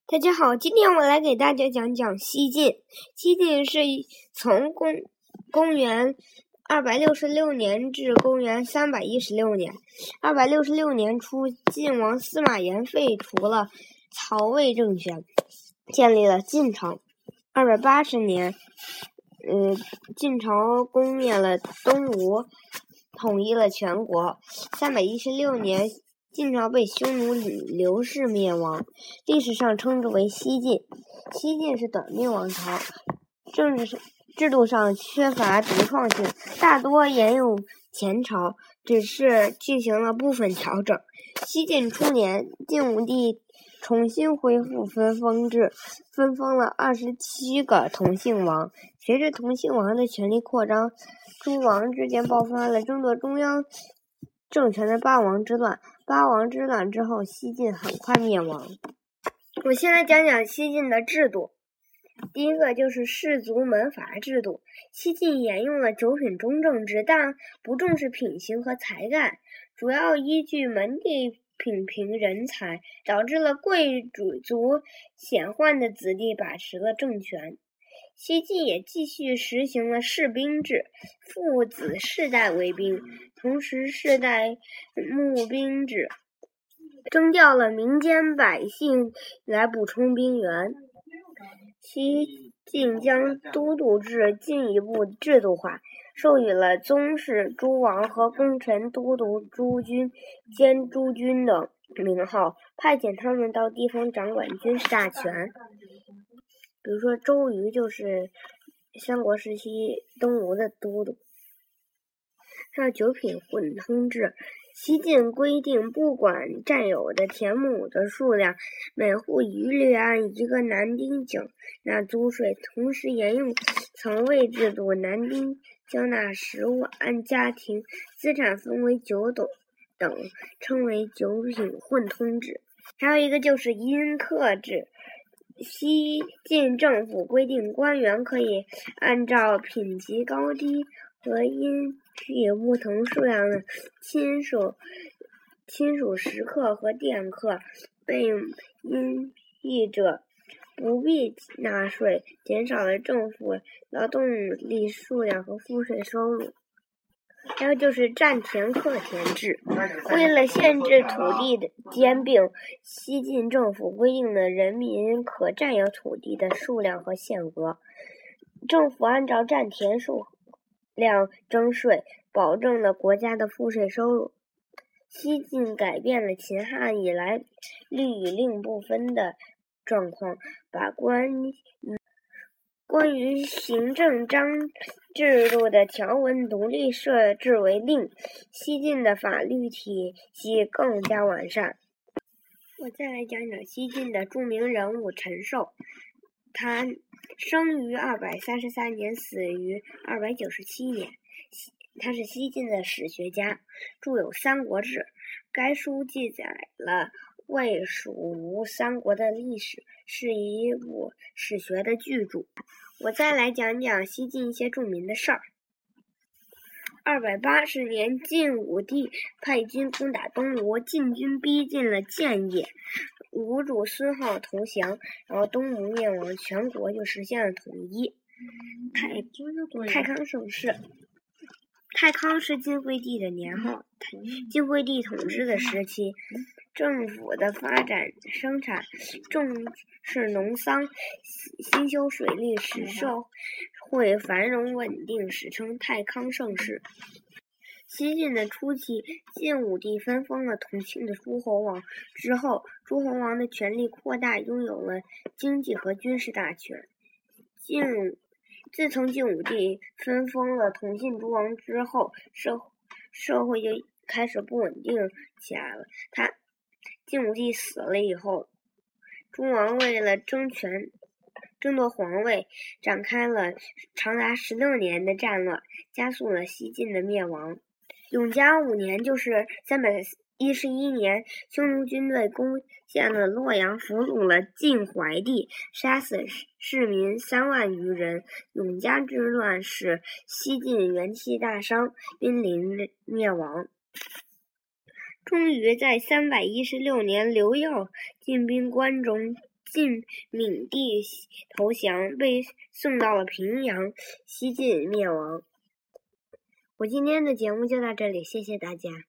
大家好，今天我来给大家讲讲西晋。西晋是从公元266年至公元316年。266年初，晋王司马炎废除了曹魏政权，建立了晋朝。280年，晋朝攻灭了东吴，统一了全国。316年，晋朝被匈奴刘氏灭亡，历史上称之为西晋。西晋是短命王朝，政治制度上缺乏独创性，大多沿用前朝，只是进行了部分调整。西晋初年，晋武帝重新恢复分封制，分封了27个同姓王。随着同姓王的权力扩张，诸王之间爆发了争夺中央政权的八王之乱。八王之乱之后，西晋很快灭亡。我先来讲讲西晋的制度。第一个就是士族门阀制度。西晋沿用了九品中正制，但不重视品行和才干，主要依据门第品评人才，导致了贵族显宦的子弟把持了政权。西晋也继续实行了士兵制，父子世代为兵，同时世代募兵制，征调了民间百姓来补充兵员。西晋将都督制进一步制度化，授予了宗室、诸王和功臣都督诸军兼诸军等名号，派遣他们到地方掌管军事大权。比如说周瑜就是三国时期东吴的都督。还有九品混通制。西晋规定，不管占有的田亩的数量，每户一律按一个男丁缴纳租税，同时沿用层位制度，男丁缴纳15，按家庭资产分为9等，称为九品混通制。还有一个就是阴客制。西晋政府规定，官员可以按照品级高低和阴气不同数量的亲属食客和佃客，被阴役者不必纳税，减少了政府劳动力数量和赋税收入。还有就是占田克田制。为了限制土地的兼并，西晋政府规定了人民可占有土地的数量和限额，政府按照占田数量征税，保证了国家的赋税收入。西晋改变了秦汉以来律与令不分的状况，把关于行政章制度的条文独立设置为令，西晋的法律体系更加完善。我再来讲讲西晋的著名人物陈寿。他生于233年，死于297年。他是西晋的史学家，著有《三国志》，该书记载了魏、蜀、吴三国的历史，是一部史学的巨著。我再来讲讲西晋一些著名的事儿。280年，晋武帝派军攻打东吴，晋军逼近了建业，吴主孙皓投降，然后东吴灭亡，全国就实现了统一。太康盛世。太康是晋惠帝的年号，晋惠帝统治的时期，政府的发展生产，重视农桑，兴修水利，使社会繁荣稳定，史称太康盛世。西晋的初期，晋武帝分封了同姓的诸侯王之后，诸侯王的权力扩大，拥有了经济和军事大权。自从晋武帝分封了同姓诸王之后，社会就开始不稳定起来了。晋武帝死了以后，诸王为了争夺皇位，展开了长达16年的战乱，加速了西晋的灭亡。永嘉5年，就是311年，匈奴军队攻陷了洛阳，俘虏了晋怀帝，杀死市民3万余人。永嘉之乱使西晋元气大伤，濒临灭亡。终于在316年，刘曜进兵关中， 晋闵帝投降，被送到了平阳，西晋灭亡。我今天的节目就到这里，谢谢大家。